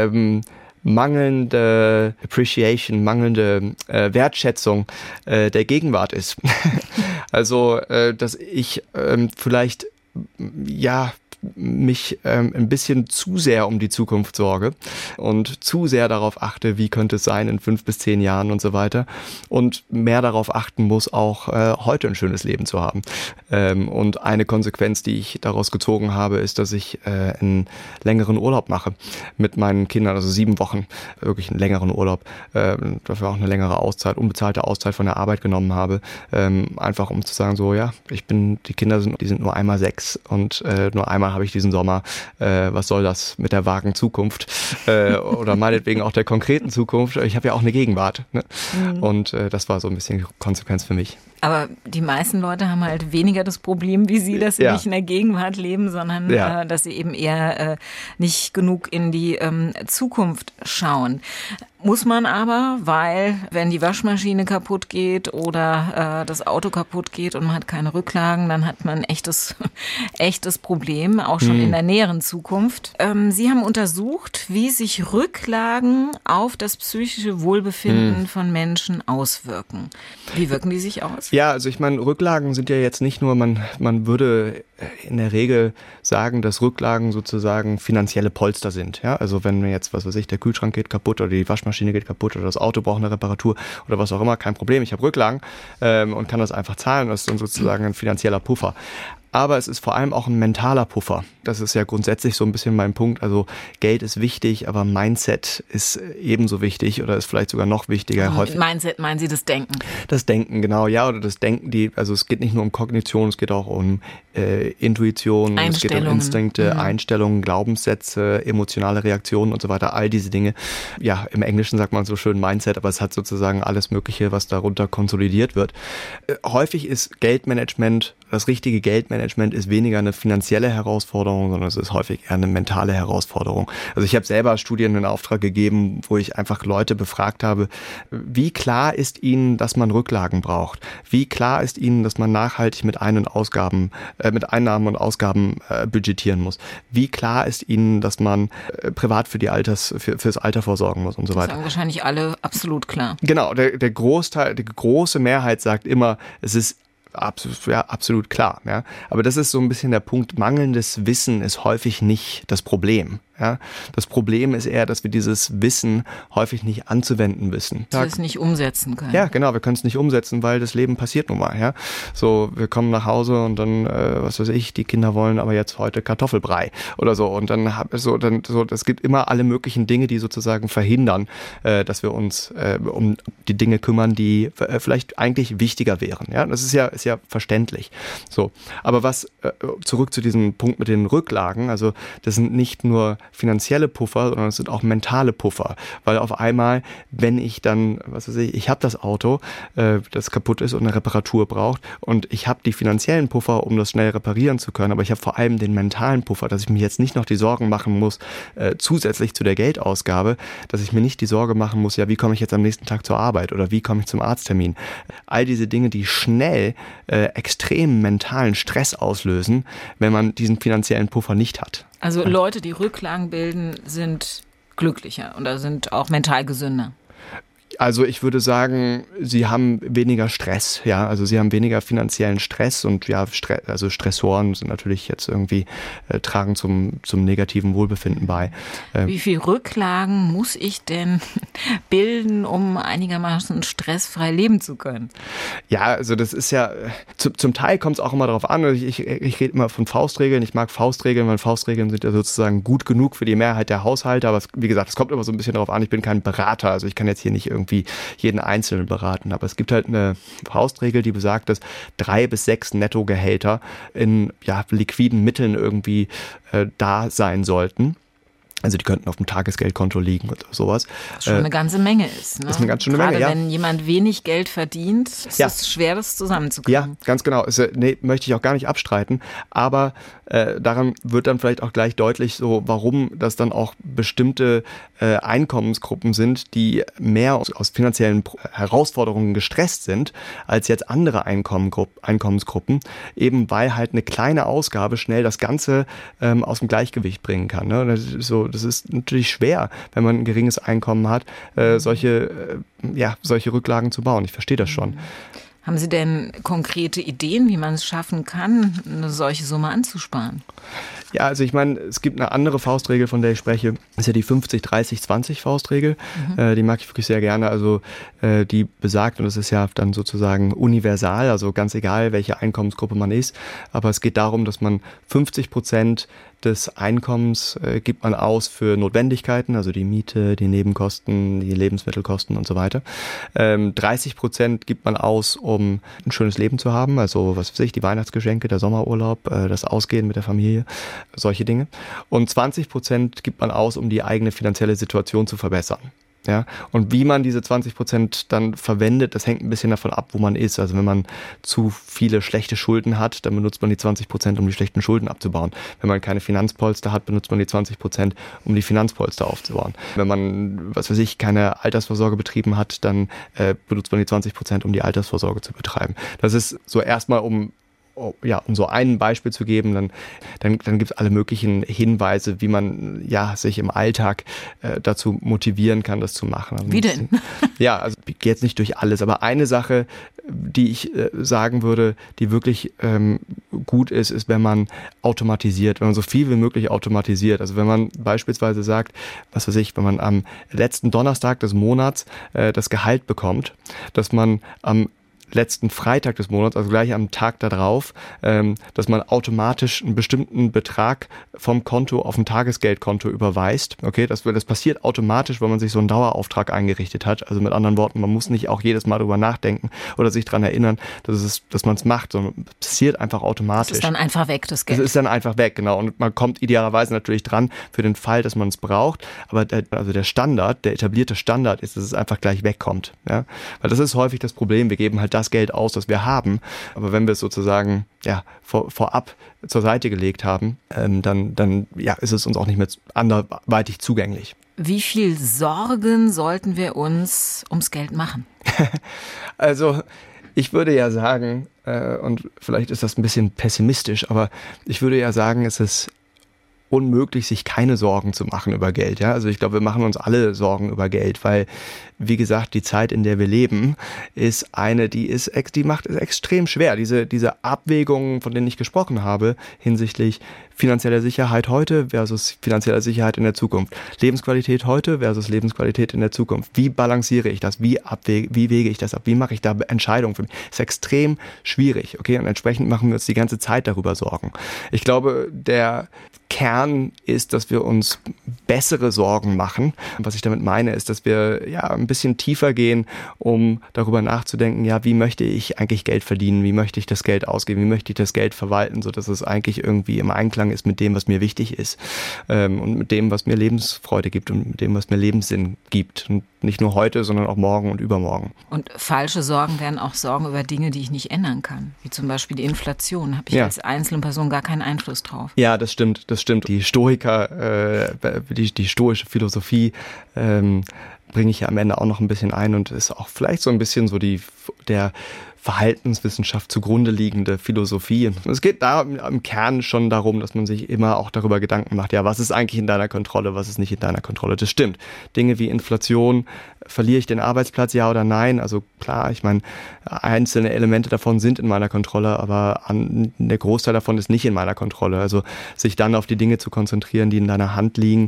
S2: mangelnde Appreciation, mangelnde Wertschätzung der Gegenwart ist. Also, dass ich vielleicht mich ein bisschen zu sehr um die Zukunft sorge und zu sehr darauf achte, wie könnte es sein in 5 bis 10 Jahren und so weiter und mehr darauf achten muss, auch heute ein schönes Leben zu haben. Und eine Konsequenz, die ich daraus gezogen habe, ist, dass ich einen längeren Urlaub mache mit meinen Kindern, also 7 Wochen, wirklich einen längeren Urlaub, dafür auch eine längere Auszeit, unbezahlte Auszeit von der Arbeit genommen habe, einfach um zu sagen, so ja, die Kinder sind nur einmal 6 und nur einmal habe ich diesen Sommer, was soll das mit der vagen Zukunft oder meinetwegen auch der konkreten Zukunft, ich habe ja auch eine Gegenwart. Ne? Und das war so ein bisschen die Konsequenz für mich.
S1: Aber die meisten Leute haben halt weniger das Problem wie Sie, dass sie nicht in der Gegenwart leben, sondern dass sie eben eher nicht genug in die Zukunft schauen. Muss man aber, weil wenn die Waschmaschine kaputt geht oder das Auto kaputt geht und man hat keine Rücklagen, dann hat man ein echtes Problem, auch schon in der näheren Zukunft. Sie haben untersucht, wie sich Rücklagen auf das psychische Wohlbefinden von Menschen auswirken. Wie wirken die sich aus?
S2: Ja, also ich meine, Rücklagen sind ja jetzt nicht nur, man würde in der Regel sagen, dass Rücklagen sozusagen finanzielle Polster sind. Ja? Also wenn mir jetzt, was weiß ich, der Kühlschrank geht kaputt oder die Waschmaschine geht kaputt oder das Auto braucht eine Reparatur oder was auch immer, kein Problem, ich habe Rücklagen und kann das einfach zahlen. Das ist dann sozusagen ein finanzieller Puffer. Aber es ist vor allem auch ein mentaler Puffer. Das ist ja grundsätzlich so ein bisschen mein Punkt. Also Geld ist wichtig, aber Mindset ist ebenso wichtig oder ist vielleicht sogar noch wichtiger.
S1: Häufig. Mindset meinen Sie das Denken? Das
S2: Denken, genau, ja. Oder das Denken, also es geht nicht nur um Kognition, es geht auch um Intuition, es geht um Instinkte, Einstellungen, Glaubenssätze, emotionale Reaktionen und so weiter. All diese Dinge. Ja, im Englischen sagt man so schön Mindset, aber es hat sozusagen alles Mögliche, was darunter konsolidiert wird. Häufig ist Geldmanagement, das richtige Geldmanagement ist weniger eine finanzielle Herausforderung, sondern es ist häufig eher eine mentale Herausforderung. Also ich habe selber Studien in Auftrag gegeben, wo ich einfach Leute befragt habe, wie klar ist Ihnen, dass man Rücklagen braucht? Wie klar ist Ihnen, dass man nachhaltig mit Einnahmen und Ausgaben budgetieren muss? Wie klar ist Ihnen, dass man privat fürs Alter vorsorgen muss und so weiter?
S1: Das sagen wahrscheinlich alle absolut klar.
S2: Genau, der große Mehrheit sagt immer, es ist absolut klar. Ja. Aber das ist so ein bisschen der Punkt, mangelndes Wissen ist häufig nicht das Problem. Ja. Das Problem ist eher, dass wir dieses Wissen häufig nicht anzuwenden wissen.
S1: Dass wir es nicht umsetzen können.
S2: Ja, genau, wir können es nicht umsetzen, weil das Leben passiert nun mal. Ja. So, wir kommen nach Hause und dann, was weiß ich, die Kinder wollen aber jetzt heute Kartoffelbrei oder so. Und dann es gibt immer alle möglichen Dinge, die sozusagen verhindern, dass wir uns um die Dinge kümmern, die vielleicht eigentlich wichtiger wären. Ja, das ist ja verständlich. So, aber zurück zu diesem Punkt mit den Rücklagen, also das sind nicht nur finanzielle Puffer, sondern es sind auch mentale Puffer. Weil auf einmal, wenn ich dann, ich habe das Auto, das kaputt ist und eine Reparatur braucht und ich habe die finanziellen Puffer, um das schnell reparieren zu können, aber ich habe vor allem den mentalen Puffer, dass ich mir jetzt nicht noch die Sorgen machen muss, zusätzlich zu der Geldausgabe, dass ich mir nicht die Sorge machen muss, ja, wie komme ich jetzt am nächsten Tag zur Arbeit oder wie komme ich zum Arzttermin. All diese Dinge, die schnell extremen mentalen Stress auslösen, wenn man diesen finanziellen Puffer nicht hat.
S1: Also Leute, die Rücklagen bilden, sind glücklicher und sind auch mental gesünder.
S2: Also ich würde sagen, sie haben weniger Stress, ja, also sie haben weniger finanziellen Stress und ja, also Stressoren sind natürlich jetzt irgendwie, tragen zum negativen Wohlbefinden bei.
S1: Wie viel Rücklagen muss ich denn bilden, um einigermaßen stressfrei leben zu können?
S2: Ja, also das ist ja, zum Teil kommt es auch immer darauf an, ich rede immer von Faustregeln, ich mag Faustregeln, weil Faustregeln sind ja sozusagen gut genug für die Mehrheit der Haushalte, aber wie gesagt, es kommt immer so ein bisschen darauf an, ich bin kein Berater, also ich kann jetzt hier nicht irgendwie jeden Einzelnen beraten. Aber es gibt halt eine Faustregel, die besagt, dass 3 bis 6 Nettogehälter in liquiden Mitteln irgendwie da sein sollten. Also die könnten auf dem Tagesgeldkonto liegen oder sowas.
S1: Was schon eine ganze Menge ist. Ne?
S2: Das ist eine ganz schöne Menge, ja.
S1: Gerade wenn jemand wenig Geld verdient, ist es schwer, das zusammenzukriegen.
S2: Ja, ganz genau. Möchte ich auch gar nicht abstreiten. Aber daran wird dann vielleicht auch gleich deutlich, so warum das dann auch bestimmte Einkommensgruppen sind, die mehr aus finanziellen Herausforderungen gestresst sind, als jetzt andere Einkommensgruppen. Eben weil halt eine kleine Ausgabe schnell das Ganze aus dem Gleichgewicht bringen kann. Ne? Das ist natürlich schwer, wenn man ein geringes Einkommen hat, solche Rücklagen zu bauen. Ich verstehe das schon.
S1: Haben Sie denn konkrete Ideen, wie man es schaffen kann, eine solche Summe anzusparen?
S2: Ja, also ich meine, es gibt eine andere Faustregel, von der ich spreche. Das ist ja die 50-30-20-Faustregel. Die mag ich wirklich sehr gerne. Also die besagt, und das ist ja dann sozusagen universal, also ganz egal, welche Einkommensgruppe man ist. Aber es geht darum, dass man 50% des Einkommens gibt man aus für Notwendigkeiten, also die Miete, die Nebenkosten, die Lebensmittelkosten und so weiter. 30% gibt man aus, um ein schönes Leben zu haben, also was weiß ich, die Weihnachtsgeschenke, der Sommerurlaub, das Ausgehen mit der Familie, solche Dinge. Und 20% gibt man aus, um die eigene finanzielle Situation zu verbessern. Ja, und wie man diese 20% dann verwendet, das hängt ein bisschen davon ab, wo man ist. Also wenn man zu viele schlechte Schulden hat, dann benutzt man die 20%, um die schlechten Schulden abzubauen. Wenn man keine Finanzpolster hat, benutzt man die 20%, um die Finanzpolster aufzubauen. Wenn man, was weiß ich, keine Altersvorsorge betrieben hat, dann benutzt man die 20%, um die Altersvorsorge zu betreiben. Das ist so erstmal um so ein Beispiel zu geben, dann gibt es alle möglichen Hinweise, wie man sich im Alltag dazu motivieren kann, das zu machen. Also
S1: wie denn?
S2: Ja, also ich gehe jetzt nicht durch alles, aber eine Sache, die ich sagen würde, die wirklich gut ist, wenn man automatisiert, wenn man so viel wie möglich automatisiert. Also wenn man beispielsweise sagt, was weiß ich, wenn man am letzten Donnerstag des Monats das Gehalt bekommt, dass man am letzten Freitag des Monats, also gleich am Tag darauf, dass man automatisch einen bestimmten Betrag vom Konto auf ein Tagesgeldkonto überweist. Okay, das passiert automatisch, weil man sich so einen Dauerauftrag eingerichtet hat. Also mit anderen Worten, man muss nicht auch jedes Mal drüber nachdenken oder sich daran erinnern, dass man es macht, sondern es passiert einfach automatisch.
S1: Es ist dann einfach weg, das Geld.
S2: Es ist dann einfach weg, genau. Und man kommt idealerweise natürlich dran für den Fall, dass man es braucht. Aber der etablierte Standard ist, dass es einfach gleich wegkommt. Ja? Weil das ist häufig das Problem. Wir geben halt das Geld aus, das wir haben. Aber wenn wir es sozusagen vorab zur Seite gelegt haben, dann ist es uns auch nicht mehr anderweitig zugänglich.
S1: Wie viel Sorgen sollten wir uns ums Geld machen?
S2: Also ich würde ja sagen, und vielleicht ist das ein bisschen pessimistisch, aber ich würde ja sagen, es ist unmöglich, sich keine Sorgen zu machen über Geld. Ja? Also ich glaube, wir machen uns alle Sorgen über Geld, weil, wie gesagt, die Zeit, in der wir leben, ist eine, die macht es extrem schwer. Diese Abwägungen, von denen ich gesprochen habe, hinsichtlich finanzieller Sicherheit heute versus finanzieller Sicherheit in der Zukunft. Lebensqualität heute versus Lebensqualität in der Zukunft. Wie balanciere ich das? Wie wege ich das ab? Wie mache ich da Entscheidungen für mich? Das ist extrem schwierig. Okay? Und entsprechend machen wir uns die ganze Zeit darüber Sorgen. Ich glaube, der Kern ist, dass wir uns bessere Sorgen machen. Was ich damit meine, ist, dass wir ein bisschen tiefer gehen, um darüber nachzudenken, wie möchte ich eigentlich Geld verdienen, wie möchte ich das Geld ausgeben, wie möchte ich das Geld verwalten, sodass es eigentlich irgendwie im Einklang ist mit dem, was mir wichtig ist und mit dem, was mir Lebensfreude gibt und mit dem, was mir Lebenssinn gibt. Und nicht nur heute, sondern auch morgen und übermorgen.
S1: Und falsche Sorgen wären auch Sorgen über Dinge, die ich nicht ändern kann. Wie zum Beispiel die Inflation. Habe ich als einzelne Person gar keinen Einfluss drauf. Ja, das stimmt. Die Stoiker,
S2: die stoische Philosophie bringe ich ja am Ende auch noch ein bisschen ein und ist auch vielleicht so ein bisschen so der Verhaltenswissenschaft zugrunde liegende Philosophie. Es geht da im Kern schon darum, dass man sich immer auch darüber Gedanken macht, was ist eigentlich in deiner Kontrolle, was ist nicht in deiner Kontrolle. Das stimmt. Dinge wie Inflation, verliere ich den Arbeitsplatz, ja oder nein? Also klar, ich meine, einzelne Elemente davon sind in meiner Kontrolle, aber der Großteil davon ist nicht in meiner Kontrolle. Also sich dann auf die Dinge zu konzentrieren, die in deiner Hand liegen,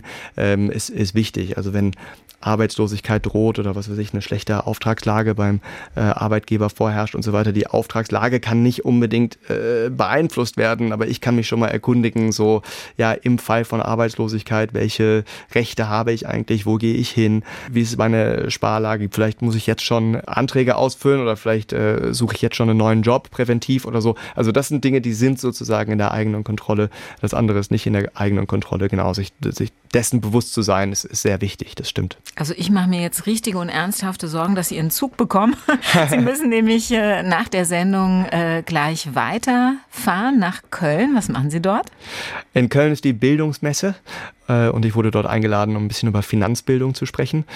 S2: ist wichtig. Also wenn Arbeitslosigkeit droht oder was weiß ich, eine schlechte Auftragslage beim Arbeitgeber vorherrscht und so weiter. Die Auftragslage kann nicht unbedingt beeinflusst werden, aber ich kann mich schon mal erkundigen, im Fall von Arbeitslosigkeit, welche Rechte habe ich eigentlich, wo gehe ich hin, wie ist meine Sparlage, vielleicht muss ich jetzt schon Anträge ausfüllen oder vielleicht suche ich jetzt schon einen neuen Job, präventiv oder so. Also das sind Dinge, die sind sozusagen in der eigenen Kontrolle. Das andere ist nicht in der eigenen Kontrolle. Genau, sich dessen bewusst zu sein, ist sehr wichtig, das stimmt.
S1: Also ich mache mir jetzt richtige und ernsthafte Sorgen, dass Sie Ihren Zug bekommen. Sie müssen nämlich nach der Sendung gleich weiterfahren nach Köln. Was machen Sie dort?
S2: In Köln ist die Bildungsmesse und ich wurde dort eingeladen, um ein bisschen über Finanzbildung zu sprechen.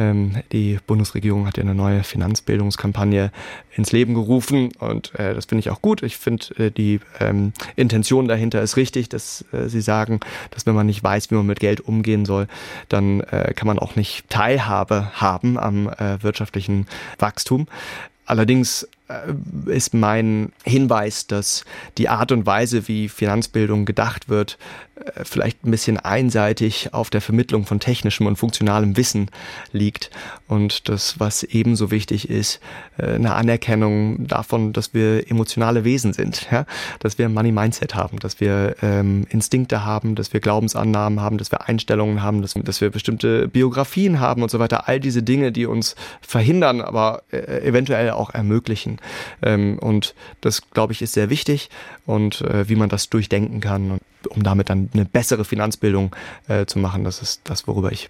S2: Die Bundesregierung hat ja eine neue Finanzbildungskampagne ins Leben gerufen und das finde ich auch gut. Ich finde, die Intention dahinter ist richtig, dass sie sagen, dass wenn man nicht weiß, wie man mit Geld umgehen soll, dann kann man auch nicht Teilhabe haben am wirtschaftlichen Wachstum. Allerdings ist mein Hinweis, dass die Art und Weise, wie Finanzbildung gedacht wird, vielleicht ein bisschen einseitig auf der Vermittlung von technischem und funktionalem Wissen liegt. Und das, was ebenso wichtig ist, eine Anerkennung davon, dass wir emotionale Wesen sind, dass wir ein Money-Mindset haben, dass wir Instinkte haben, dass wir Glaubensannahmen haben, dass wir Einstellungen haben, dass wir bestimmte Biografien haben und so weiter. All diese Dinge, die uns verhindern, aber eventuell auch ermöglichen. Und das, glaube ich, ist sehr wichtig und wie man das durchdenken kann, und um damit dann eine bessere Finanzbildung zu machen, das ist das, worüber ich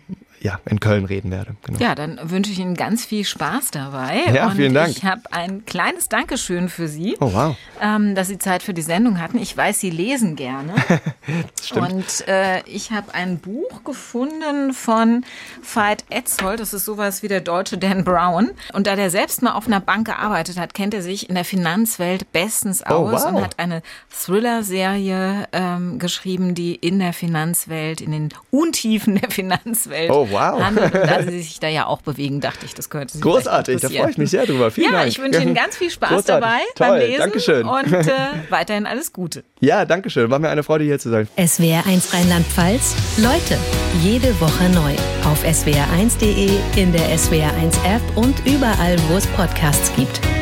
S2: in Köln reden werde. Genau.
S1: Ja, dann wünsche ich Ihnen ganz viel Spaß dabei.
S2: Ja,
S1: und
S2: vielen Dank.
S1: Ich habe ein kleines Dankeschön für Sie,
S2: wow,
S1: dass Sie Zeit für die Sendung hatten. Ich weiß, Sie lesen gerne.
S2: Das stimmt.
S1: Und ich habe ein Buch gefunden von Veit Etzold. Das ist sowas wie der deutsche Dan Brown. Und da der selbst mal auf einer Bank gearbeitet hat, kennt er sich in der Finanzwelt bestens aus und hat eine Thriller-Serie geschrieben, die in der Finanzwelt, in den Untiefen der Finanzwelt handelt. Und da Sie sich da ja auch bewegen, dachte ich, das könnte Sie
S2: großartig, da freue ich mich sehr drüber. Vielen Dank.
S1: Ich wünsche Ihnen ganz viel Spaß
S2: großartig.
S1: dabei beim Lesen. Dankeschön. Und weiterhin alles Gute.
S2: Ja, danke schön. War mir eine Freude, hier zu sein.
S3: SWR1 Rheinland-Pfalz. Leute, jede Woche neu. Auf swr1.de, in der SWR1 App und überall, wo es Podcasts gibt.